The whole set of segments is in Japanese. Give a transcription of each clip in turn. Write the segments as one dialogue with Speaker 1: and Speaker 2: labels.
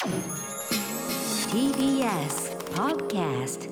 Speaker 1: TBS Podcast。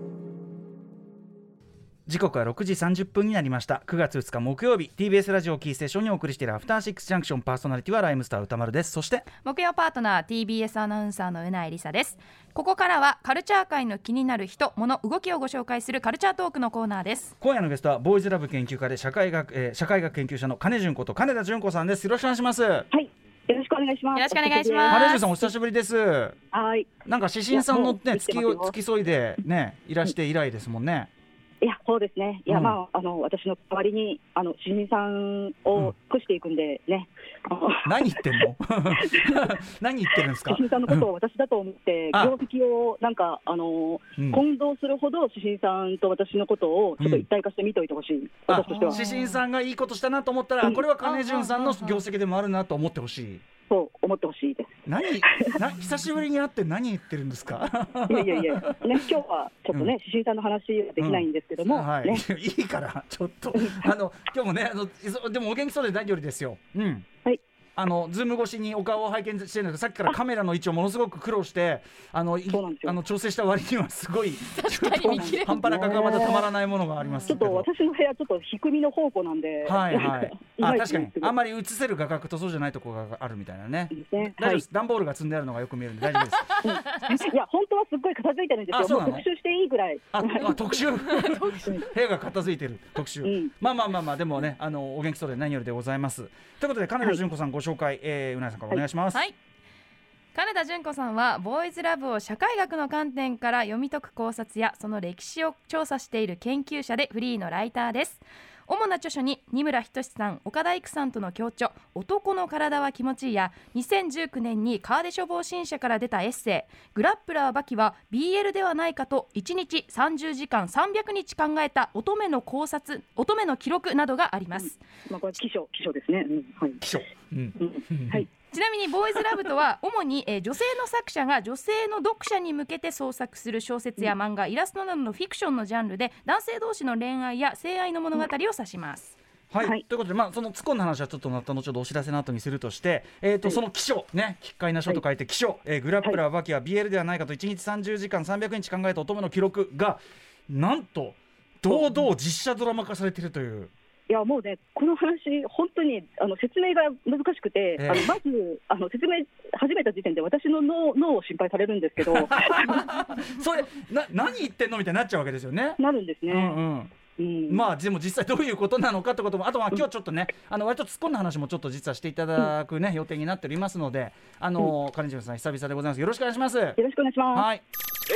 Speaker 2: 時刻は6時30分になりました。9月2日木曜日、 TBS ラジオキーステーションにお送りしているアフターシックスジャンクション、パーソナリティはライムスター歌丸です。そして
Speaker 3: 木曜パートナー TBS アナウンサーのうないりさです。ここからはカルチャー界の気になる人物動きをご紹介するカルチャートークのコーナーです。
Speaker 2: 今夜のゲストはボーイズラブ研究家で社会学研究者の金純こと金田純子さんです。よろしくお願いします。
Speaker 4: はい、よろしくお願いします。
Speaker 3: よろしくお願いします。
Speaker 2: 金純さんお久しぶりです。
Speaker 4: はい。
Speaker 2: なんか獅子さんのね付き添いでねいらして以来ですもんね。
Speaker 4: いや、そうですね。いや、まあ、私の代わりにしじみさんを越していくんでね、
Speaker 2: 何言ってんの何言ってるんですか。
Speaker 4: しじみさんのことを私だと思って業績をなんか混同するほどしじみさんと私のことをちょっと一体化して見といてほしい、私としては。
Speaker 2: しじみさんがいいことしたなと思ったら、これは金純さんの業績でもあるなと思ってほしい。
Speaker 4: そう思ってほしいです。
Speaker 2: 久しぶりに会って何言ってるんですか。
Speaker 4: いや、ね、今日はちょっとね、しじみさんの話はできないんですけども、
Speaker 2: はい、
Speaker 4: ね、
Speaker 2: いいからちょっと今日もねでもお元気そうで何よりですよ。はい。ズーム越しにお顔を拝見してるんですけど、さっきからカメラの位置をものすごく苦労して調整した割にはすごい半端な価格がまだたまらないものがありますけど、
Speaker 4: ちょっと私の部屋ちょっと低めの方向なんで、
Speaker 2: はい確かにあんまり映せる画角とそうじゃないところがあるみたいなね。大丈夫です、段ボールが積んであるのがよく見えるんで大丈夫です。
Speaker 4: いや本当はすっごい片付いてるんですよ。もう特集していいぐらい。
Speaker 2: 特集部屋が片付いてる特集、まあでもねお元気そうで何よりでございます。ということで金田純子さんご紹介、うなえさんからお願いします。
Speaker 3: はい、金田純子さんはボーイズラブを社会学の観点から読み解く考察やその歴史を調査している研究者でフリーのライターです。主な著書に二村仁さん、岡田育さんとの共著男の体は気持ちいいや、2019年に川出処方新社から出たエッセイグラップラーバキは BL ではないかと1日30時間300日考えた乙女の考察、乙女の記録などがあります。
Speaker 4: これ記書ですね。はい、
Speaker 2: 記書、
Speaker 4: はい。
Speaker 3: ちなみにボーイズラブとは主に、女性の作者が女性の読者に向けて創作する小説や漫画、イラストなどのフィクションのジャンルで男性同士の恋愛や性愛の物語を指します。
Speaker 2: はい、ということで、そのツコンの話はちょっとまた後ほどお知らせの後にするとして、その記書ね、奇怪な書と書いて記書、グラップラーバキは BL ではないかと1日30時間300日考えた乙女の記録がなんと堂々実写ドラマ化されているという。
Speaker 4: いやもうね、この話本当に説明が難しくて、まず説明始めた時点で私の脳を心配されるんですけど
Speaker 2: それ何言ってんのみたいになっちゃうわけですよね。
Speaker 4: なるんですね。
Speaker 2: まあでも実際どういうことなのかってことも、あとは今日ちょっとね割と突っ込んだ話もちょっと実はしていただくね、予定になっておりますので、金純さん久々でございます。よろしくお願いします。よ
Speaker 4: ろしくお願いします。
Speaker 2: はい。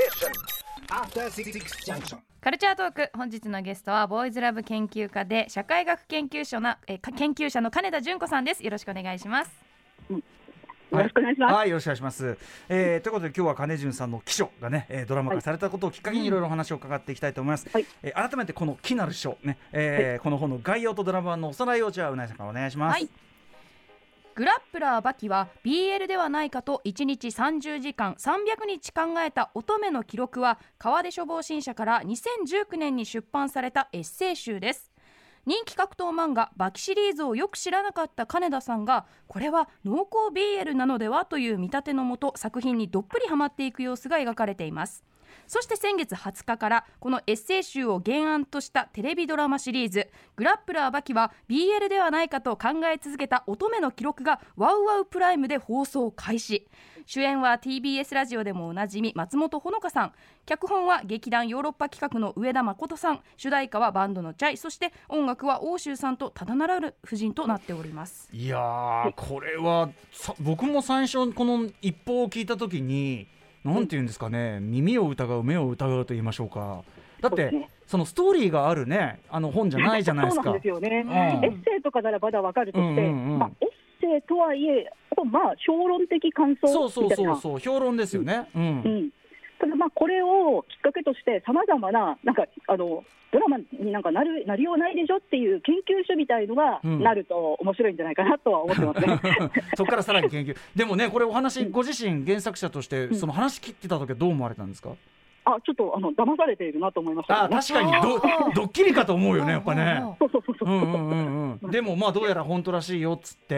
Speaker 3: カルチャートーク、本日のゲストはボーイズラブ研究家で社会学研究者の金田純子さんです。よろしくお願いします。
Speaker 4: よろしくお願いします。
Speaker 2: はい、よろしくお願いします。ということで今日は金純さんの記書がね、ドラマ化されたことをきっかけにいろいろ話を伺っていきたいと思います。改めてこの気なる書ね、この本の概要とドラマのおさらいをじゃあうなえさんからお願いします。
Speaker 3: グラップラーバキは BL ではないかと1日30時間300日考えた乙女の記録は川出処方新社から2019年に出版されたエッセイ集です。人気格闘漫画バキシリーズをよく知らなかった金田さんが、これは濃厚 BL なのではという見立てのもと作品にどっぷりハマっていく様子が描かれています。そして先月20日からこのエッセイ集を原案としたテレビドラマシリーズグラップラーバキは BL ではないかと考え続けた乙女の記録がワウワウプライムで放送開始。主演は TBS ラジオでもおなじみ松本穂香さん、脚本は劇団ヨーロッパ企画の上田誠さん、主題歌はバンドのチャイ、そして音楽は欧州さんとただならぬ夫人となっております。
Speaker 2: いやー、これは僕も最初この一報を聞いた時になんていうんですかね、耳を疑う目を疑うと言いましょうか。だってそのストーリーがあるね本じゃないじゃないですか。
Speaker 4: そうなんですよね。エッセイとかならまだわかるとして、エッセイとはいえ評論的感想みたいな。
Speaker 2: そう評論ですよね。
Speaker 4: ただこれをきっかけとしてさまざまなドラマになりようないでしょっていう研究所みたいのがなると面白いんじゃないかなとは思ってますね。
Speaker 2: そこからさらに研究でもね、これお話、ご自身原作者としてその話切ってた時はどう思われたんですか。
Speaker 4: ちょっと騙されているなと思いました、ね。
Speaker 2: 確かにドッキリかと思うよね、やっぱね。でもどうやら本当らしいよっつって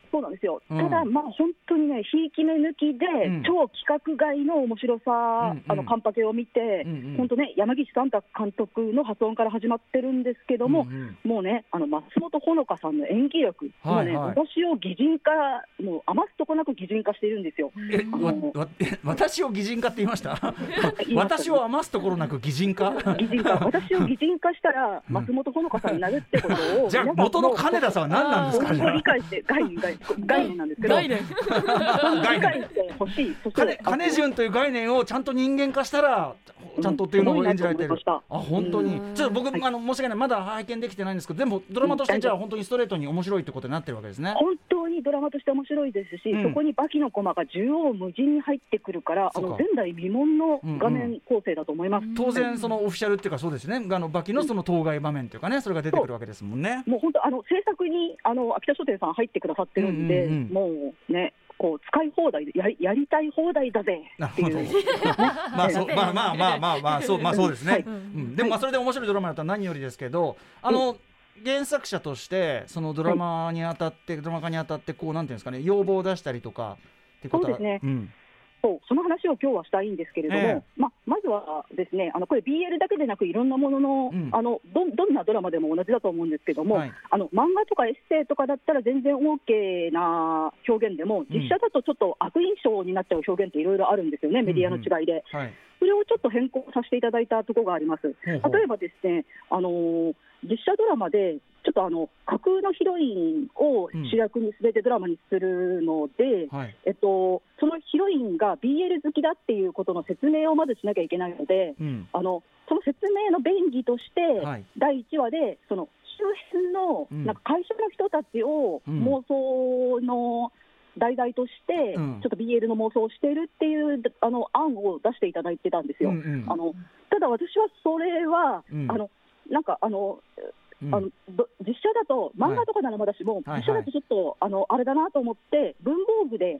Speaker 4: そうなんですよ、ただ、まあ、本当にね、ひいき目抜きで、超規格外の面白さ、カンパケを見て、本当ね、山岸三太監督の発音から始まってるんですけども、もうね、松本穂香さんの演技力、もうね、私を擬人化、もう余すとこなく擬人化しているんですよ。
Speaker 2: 私を擬人化って言いました私を余すところなく擬人化
Speaker 4: 私を擬人化したら、松本穂香さんになるってことを、
Speaker 2: じゃあ、元の金田さんは何なんですか。
Speaker 4: 理解して、概念なんですけど、理解してほしい。
Speaker 2: 金順という概念をちゃんと人間化したら、ちゃんとっていうのを演じられてる。本当に。ちょっと僕、申し訳ない、まだ拝見できてないんですけど、でもドラマとしてじゃあ本当にストレートに面白いってことになってるわけですね。
Speaker 4: 本当にドラマとして面白いですし、そこにバキのコマが縦横無尽に入ってくるから、前代未聞の画面構成だと思います。
Speaker 2: 当然そのオフィシャルっていうか、そうですね、バキのその当該場面というかね、それが出てくるわけですもんね。
Speaker 4: もう本当制作に秋田書店さん入ってくださってるんで、もうね、こう使い放題でやりたい放題だぜっていう。
Speaker 2: まあそうですね。でもそれで面白いドラマだったら何よりですけど、原作者としてそのドラマにあたって、ドラマ化にあたってこうなんていうんですかね、要望を出したりとかってことは。
Speaker 4: そうですね。その話を今日はしたいんですけれども、まずはですね、これ BL だけでなくいろんなものの、どんなドラマでも同じだと思うんですけども、漫画とかエッセイとかだったら全然 OK な表現でも、実写だとちょっと悪印象になっちゃう表現っていろいろあるんですよね、メディアの違いで。それをちょっと変更させていただいたところがあります。例えばですね、実写ドラマでちょっと架空のヒロインを主役に全てドラマにするので、そのヒロインが BL 好きだっていうことの説明をまずしなきゃいけないので、その説明の便宜として、第1話でその周辺のなんか会社の人たちを妄想の題材として、ちょっと BL の妄想をしているっていう案を出していただいてたんですよ。ただ私はそれは、なんか実写だと、漫画とかならまだしも、実写だとちょっとあれだなと思って、文房具で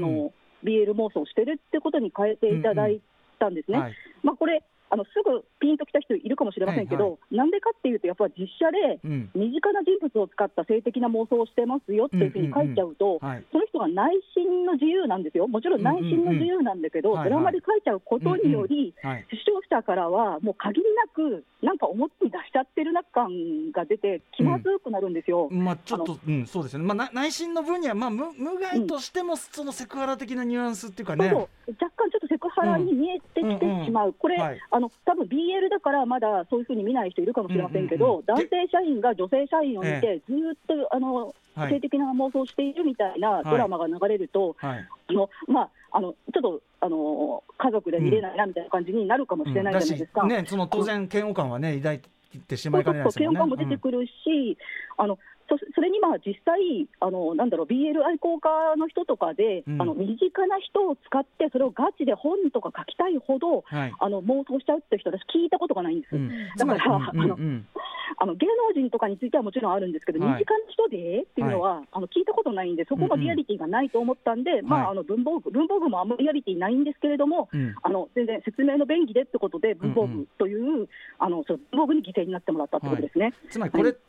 Speaker 4: BL 妄想してるってことに変えていただいたんですね。これすぐピンときた人いるかもしれませんけど、なんでかっていうと、やっぱり実写で身近な人物を使った性的な妄想をしてますよっていうふうに書いちゃうと、その人が内心の自由なんですよ。もちろん内心の自由なんだけど、ドラマで書いちゃうことにより、視聴者からはもう限りなくなんか表に出しちゃってるな感が出て気まずくなるんですよ。
Speaker 2: ちょっとそうですね。内心の分には無害としてもそのセクハラ的なニュアンスっていうかね、
Speaker 4: 若干ちょっとセクハラに見えてきてしまう。これ多分 BL だからまだそういうふうに見ない人いるかもしれませんけど、男性社員が女性社員を見てずっと性的な妄想をしているみたいなドラマが流れると、ちょっと家族で見れないなみたいな感じになるかもしれないじゃないですか。
Speaker 2: その当然嫌悪感はね抱いてしまいかねないですよね。
Speaker 4: 嫌悪感も出てくるし、それに実際BL 愛好家の人とかで、身近な人を使ってそれをガチで本とか書きたいほど、妄想しちゃうって人私聞いたことがないんです。だから芸能人とかについてはもちろんあるんですけど、身近な人でっていうのは聞いたことないんで、そこのリアリティがないと思ったんで、文房具もあんまりリアリティないんですけれども、全然説明の便宜でってことで文房具という、文房具に犠牲になってもらったってことですね。
Speaker 2: つまりこれって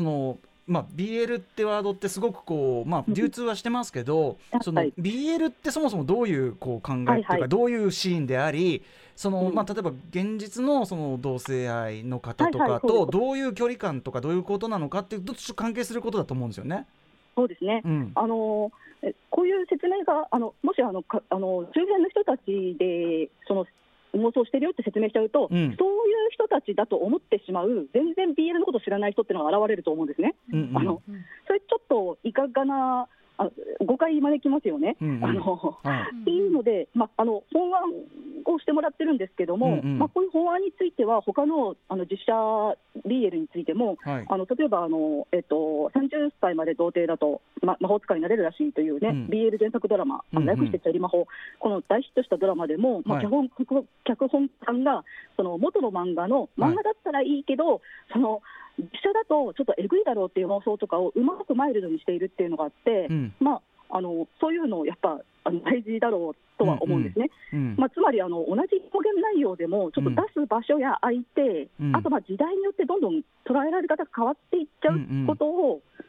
Speaker 2: 、BL ってワードってすごく流通はしてますけど、その BL ってそもそもどういう考えっていうか、どういうシーンであり、例えば現実のその同性愛の方とかとどういう距離感とかどういうことなのかっていうとちょっと関係することだと思うんですよね。
Speaker 4: そうですね。こういう説明がもし周辺の人たちで妄想してるよって説明しちゃうと、そういう人たちだと思ってしまう全然 BL のこと知らない人っていうのが現れると思うんですね。それちょっといかがな誤解招きますよね。っていうので、本案をしてもらってるんですけども、こういう法案については他の実写 BL についても、例えば30歳まで童貞だと、魔法使いになれるらしいというね、BL 原作ドラマ、略してチャリ魔法、この大ヒットしたドラマでも、脚本さんが元の漫画だったらいいけど、実写だとちょっとえぐいだろうっていう妄想とかをうまくマイルドにしているっていうのがあって、そういうのをやっぱ大事だろうとは思うんですね。つまり同じ表現内容でもちょっと出す場所や相手、あと時代によってどんどん捉えられ方が変わっていっちゃうことを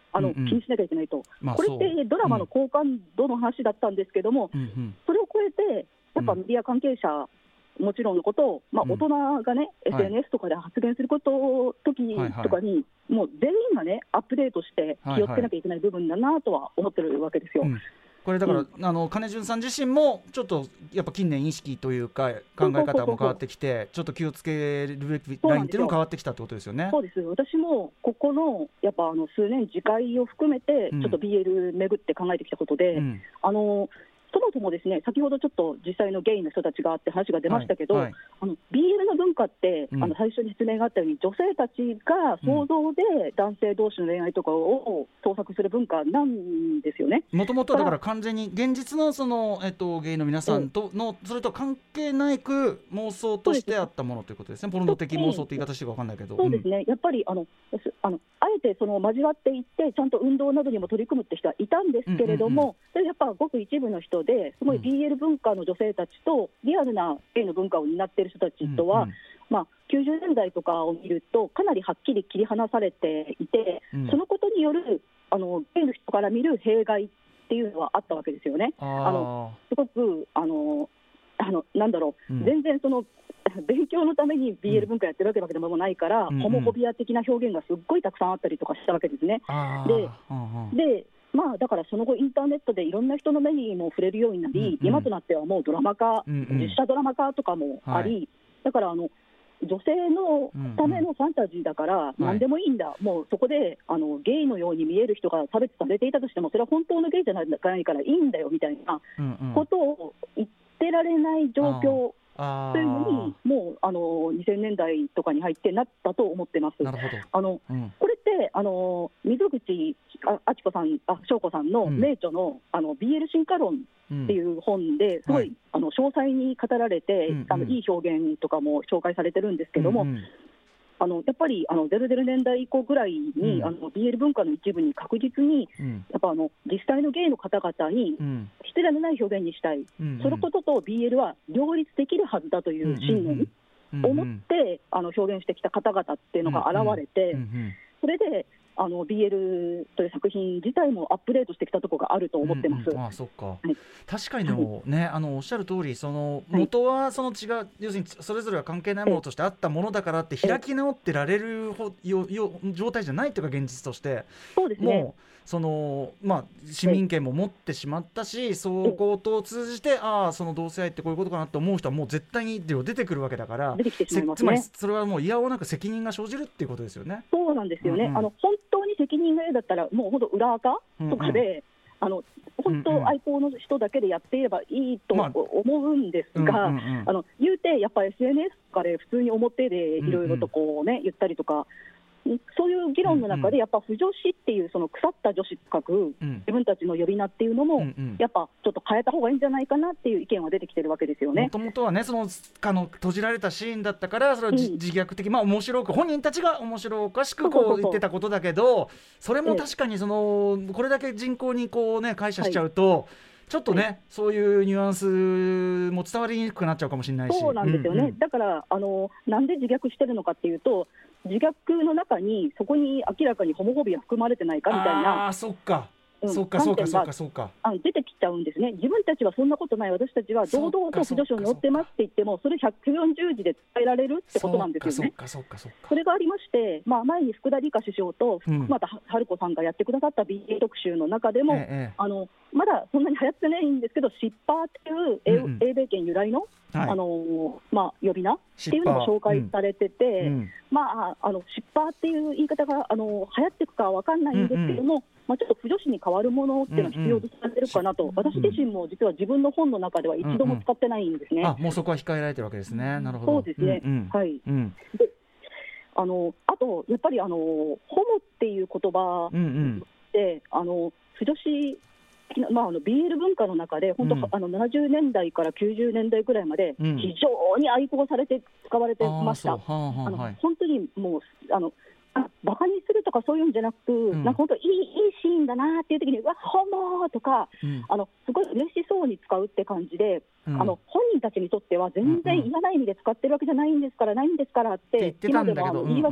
Speaker 4: 気にしなきゃいけないと、これってドラマの好感度の話だったんですけども、それを超えて、やっぱメディア関係者、もちろんのことを、大人がね、SNS とかで発言すること時とかに、もう全員がね、アップデートして気をつけなきゃいけない部分だなとは思ってるわけですよ。
Speaker 2: これだから、金潤さん自身もちょっとやっぱ近年意識というか考え方も変わってきて、ちょっと気をつけるべきラインっていうのも変わってきたってことですよね。
Speaker 4: そうです。私もここのやっぱ数年次回を含めてちょっと BL 巡って考えてきたことで、そもそもですね、先ほどちょっと実際のゲイの人たちがあって話が出ましたけど、BL の文化って、最初に説明があったように、女性たちが想像で男性同士の恋愛とかを創作する文化なんですよね。
Speaker 2: もともとだから完全に現実のゲイの皆さんとのそれと関係ないく妄想としてあったものということですね。ポルノ的妄想って言い方してるか分かんないけど、
Speaker 4: そうですね、やっぱりあえて交わっていってちゃんと運動などにも取り組むって人はいたんですけれども、やっぱごく一部の人ですごい BL 文化の女性たちとリアルなゲイの文化を担っている人たちとは、90年代とかを見るとかなりはっきり切り離されていて、そのことによるゲイの人から見る弊害っていうのはあったわけですよね。すごくなんだろう、全然勉強のために BL 文化やってるわけでもないから、ホモフォビア的な表現がすっごいたくさんあったりとかしたわけですね。でだからその後インターネットでいろんな人の目にも触れるようになり、今となってはもうドラマ化、実写ドラマ化とかもあり、だから女性のためのファンタジーだから何でもいいんだ、もうそこでゲイのように見える人が差別されていたとしてもそれは本当のゲイじゃないからいいんだよみたいなことを言ってられない状況というのにもう2000年代とかに入ってなったと思ってます。
Speaker 2: なるほど。
Speaker 4: これって溝口翔子さんの名著のBL 進化論っていう本ですごい詳細に語られて、いい表現とかも紹介されてるんですけども、やっぱり00年代以降ぐらいに、BL 文化の一部に確実に、やっぱ実際のゲイの方々に失礼のない表現にしたい、そのことと BL は両立できるはずだという信念を持って表現してきた方々っていうのが現れて、それでBL という作品自体もアップデートしてきたところがあると思ってます。
Speaker 2: そっか、確かにでもね、おっしゃる通り、元は違う、要するにそれぞれは関係ないものとしてあったものだからって開き直ってられる状態じゃないというか、現実として。
Speaker 4: そうですね。
Speaker 2: もう市民権も持ってしまったし、そことを通じてその同性愛ってこういうことかなと思う人はもう絶対に出てくるわけだから、つまりそれはもういやおなく責任が生じるっていうことですよね。
Speaker 4: そうなんですよね。本当に責任が嫌だったらもう本当裏垢とかで、本当愛好の人だけでやっていればいいと思うんですが、言うてやっぱり SNS とかで普通に表でいろいろと言ったりとか、そういう議論の中でやっぱ不女子っていうその腐った女子と書く自分たちの呼び名っていうのもやっぱちょっと変えた方がいいんじゃないかなっていう意見は出てきてるわけですよね。
Speaker 2: もともとはね、閉じられたシーンだったからそれは自虐的、面白く本人たちが面白おかしく言ってたことだけど、それも確かにこれだけ人口に解釈しちゃうと、ちょっとね、そういうニュアンスも伝わりにくくなっちゃうかもしれないし。
Speaker 4: そうなんですよね。だからなんで自虐してるのかっていうと、自虐の中にそこに明らかにホモフォビア含まれてないかみたいな観点が出てきちゃうんですね。自分たちはそんなことない、私たちは堂々と不女子に乗ってますって言ってもそれ140字で伝えられるってことなんですよね。それがありまして、前に福田理香首相と福俣春子さんがやってくださった BL 特集の中でも、まだそんなに流行ってないんですけど、シッパーっていう英米圏由来の呼び名っていうのも紹介されてて、シッパーっていう言い方が流行っていくかは分かんないんですけども、ちょっと不女子に変わるものっていうのは必要とされてるかなと、私自身も実は自分の本の中では一度も使ってないんですね。
Speaker 2: もうそこは控えられてるわけですね。なるほど。
Speaker 4: そうですね。はい。であとやっぱりホモっていう言葉で、不女子BL 文化の中で本当、70年代から90年代くらいまで非常に愛好されて使われてました。本当にもうバカにするとかそういうんじゃなく、なんか本当いいシーンだなっていう時に、うわホモとか、すごい嬉しそうに使うって感じで、本人たちにとっては全然嫌な意味で使ってるわけじゃないんですから、ないんですからって今でも言い訳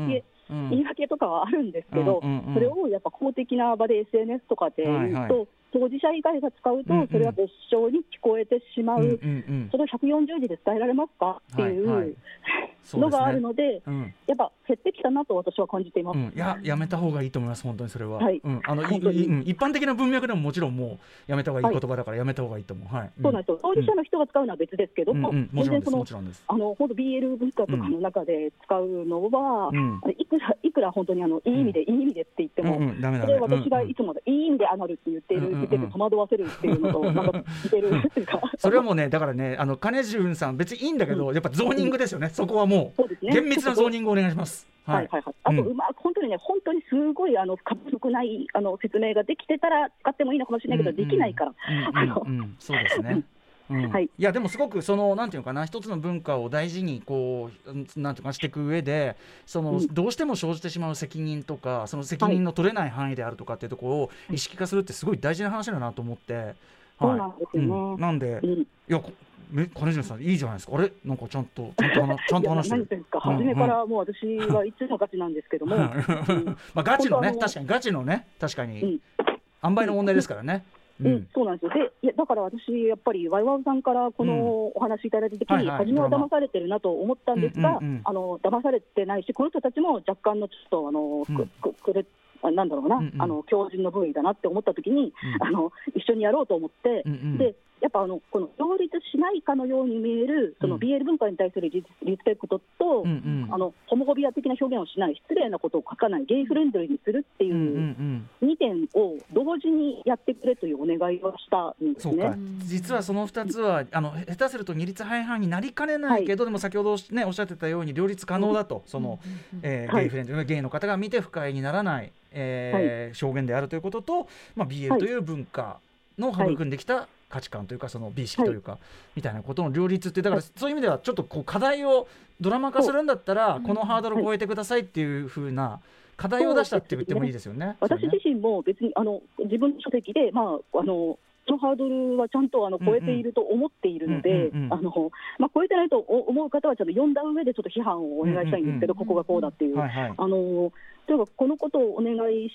Speaker 4: 言い訳とかはあるんですけど、それをやっぱ公的な場で SNS とかで言うと、当事者以外が使うとそれは別称に聞こえてしまう、それを140字で伝えられますかっていうのがあるので、やっぱ減ってきたなと私は感じています。
Speaker 2: やめた方がいいと思います、本当にそれは。一般的な文脈でももちろんもうやめた方がいい言葉だからやめた方がいいと思う。
Speaker 4: そうなんですよ。当事者の人が使うのは別ですけど、
Speaker 2: 全然その
Speaker 4: 本当 BL 文化とかの中で使うのは、いくら本当にいい意味でって言っても、それは私がいつもいい意味でアナルって言って戸惑わせるっていうのとなんか似てるっていうか
Speaker 2: それはもうね、だからね、金潤さん別にいいんだけど、やっぱゾーニングですよね。そこはもう厳密なゾーニングをお願いします。
Speaker 4: あと本当にね、本当にすごい深ない説明ができてたら使ってもいいのかもしれないけど、できないから。
Speaker 2: そうですね。いやでもすごくそのなんていうのかな、一つの文化を大事にこうなんていうかしていく上で、そのどうしても生じてしまう責任とか、その責任の取れない範囲であるとかっていうところを意識化するってすごい大事な話だなと思って、
Speaker 4: そうなんですよね。
Speaker 2: なんでいや金潤さんいいじゃないですか。あれなんかちゃんと話してる。
Speaker 4: 何ですか、初めからもう私はいつもガチなんですけども、
Speaker 2: ガチのね、確かにガチのね、確かに塩梅の問題ですからね。
Speaker 4: そうなんですよ。で、だから私やっぱりワイワウさんからこのお話いただいた時に、初めは騙されてるなと思ったんですが、騙されてないし、この人たちも若干のちょっとなんだろうな、強靭の部位だなって思った時に、一緒にやろうと思って、でやっぱこの両立しないかのように見えるその BL 文化に対するリスペクトと、ホモフォビア的な表現をしない、失礼なことを書かない、ゲイフレンドリーにするっていう2点を同時にやってくれというお願いをしたんですね。
Speaker 2: そうか、実はその2つは下手すると二律背反になりかねないけど、でも先ほど、ね、おっしゃってたように両立可能だと、そのゲイフレンドリー、ゲイの方が見て不快にならない、表現であるということと、BL という文化の育んできた価値観というか、その美意識というか、みたいなことの両立って、だからそういう意味ではちょっとこう課題をドラマ化するんだったら、このハードルを超えてくださいっていう風な課題を出したって言ってもいいですよね。
Speaker 4: 私自身も別に自分の書籍で、そのハードルはちゃんと超えていると思っているので、超えてないと思う方はちゃんと読んだ上でちょっと批判をお願いしたいんですけど、ここがこうだっていう、例えばこのことをお願いして、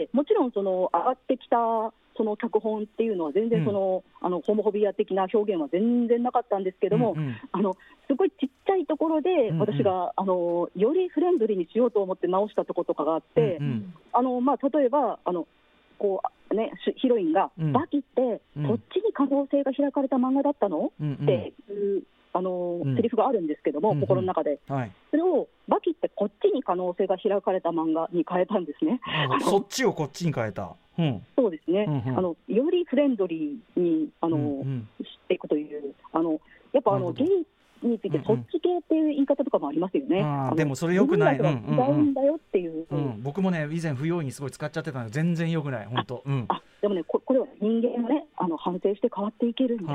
Speaker 4: もちろんその上がってきたその脚本っていうのは全然その、ホモフォビア的な表現は全然なかったんですけども、すごいちっちゃいところで私が、よりフレンドリーにしようと思って直したところとかがあって、例えばこうね、ヒロインが、バキってそっちに可能性が開かれた漫画だったの、っていうセリフがあるんですけども、心の中で、それをバキってこっちに可能性が開かれた漫画に変えたんですね。
Speaker 2: そっちをこっちに変えた。
Speaker 4: そうですね、よりフレンドリーにしていくという、やっぱゲイについてそっち系っていう言い方とかもありますよね。
Speaker 2: でもそれ良くない。違
Speaker 4: うんだよっていう、
Speaker 2: 僕もね以前不用意にすごい使っちゃってたので全然良くない、本当。
Speaker 4: でもね、これは人間がね反省して変わっていけるんです。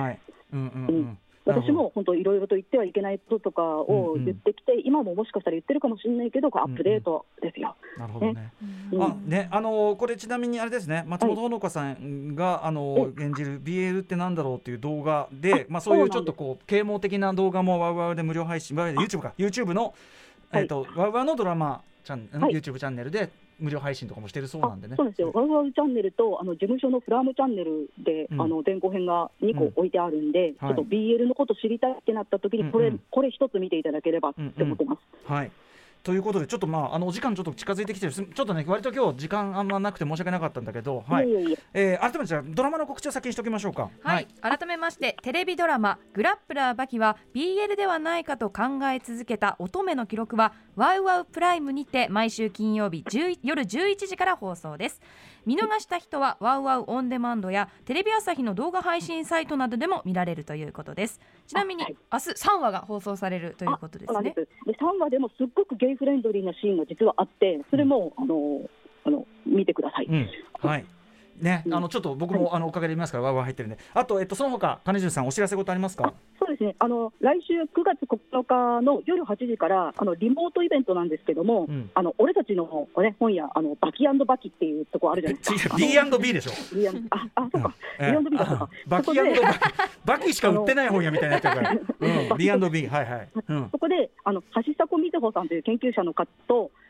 Speaker 4: 私も本当いろいろと言ってはいけないこととかを言ってきて、今ももしかしたら言ってるかもしれないけど、アップデートですよ。
Speaker 2: なるほどね。これちなみにあれですね、松本穂香さんが演じる BL ってなんだろうっていう動画で、そういうちょっとこう啓蒙的な動画もワウワウで無料配信、YouTube のワウワウのドラマYouTube チャンネルで無料配信とかもしてるそうなんでね。
Speaker 4: そうですよ。ワウワウチャンネルと事務所のフラムチャンネルで前後編が2個置いてあるんで、ちょっと BL のこと知りたいってなった時にこれ一つ見ていただければって思ってます。
Speaker 2: ということでちょっっとお時間ちょっと近づいてきてる、ちょっとね割と今日時間あんまなくて申し訳なかったんだけど、改めてじゃあドラマの告知を先にしておきましょうか。
Speaker 3: 改めましてテレビドラマグラップラーバキは BL ではないかと考え続けた乙女の記録はワウワウプライムにて毎週金曜日夜11時から放送です。見逃した人はワウワウオンデマンドやテレビ朝日の動画配信サイトなどでも見られるということです。ちなみに、明日3話が放送されるということですね。
Speaker 4: で3話でもすっごくゲイフレンドリーなシーンが実はあって、それも、見てください。
Speaker 2: ね、ちょっと僕もおかげで見ますからワウワウ入ってるんで、あとその他金潤さんお知らせ事ありますか？
Speaker 4: そうですね、来週9月9日の夜8時からリモートイベントなんですけども、俺たちの、本屋バキ&バキっていうところあるじゃないですか。
Speaker 2: B&B でしょ。
Speaker 4: そうか、B&B だとか
Speaker 2: バキ&バキしか売ってない本屋みたいになってるからB&B、そ
Speaker 4: こで橋迫瑞穂さんという研究者の方と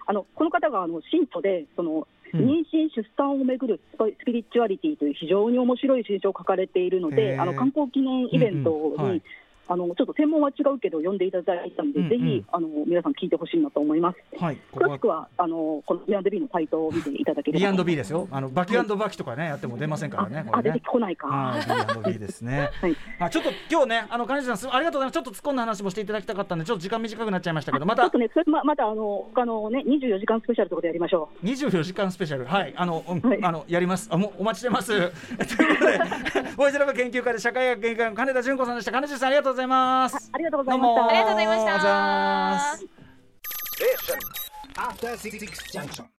Speaker 4: この方が信徒で妊娠・出産をめぐるスピリチュアリティという非常に面白い新書を書かれているので、観光記念イベントに、ちょっと専門は違うけど読んでいただいたので、ぜひ皆さん聞いてほしいなと思います。詳しくはこの B&B のサイトを見ていただければ。
Speaker 2: B&B ですよ。バキ&バキとかねやっても出ませんからね。
Speaker 4: 出てこないか。
Speaker 2: B&B ですね。ちょっと今日ね金地さんありがとうございます。ちょっと突っ込んだ話もしていただきたかったんでちょっと時間短くなっちゃいましたけど、またちょっとね
Speaker 4: また他のね24時間スペシャルとかでやりましょう。
Speaker 2: 24時間スペシャルやります。お待ちしてます。ということでボイスラブ研究家で社会学研究家の金田純子さんでした。金地さんありがとうございます。
Speaker 4: ありがとうございました。
Speaker 3: ありがとうございました。
Speaker 2: ありがとうございます。
Speaker 5: After 66 junction.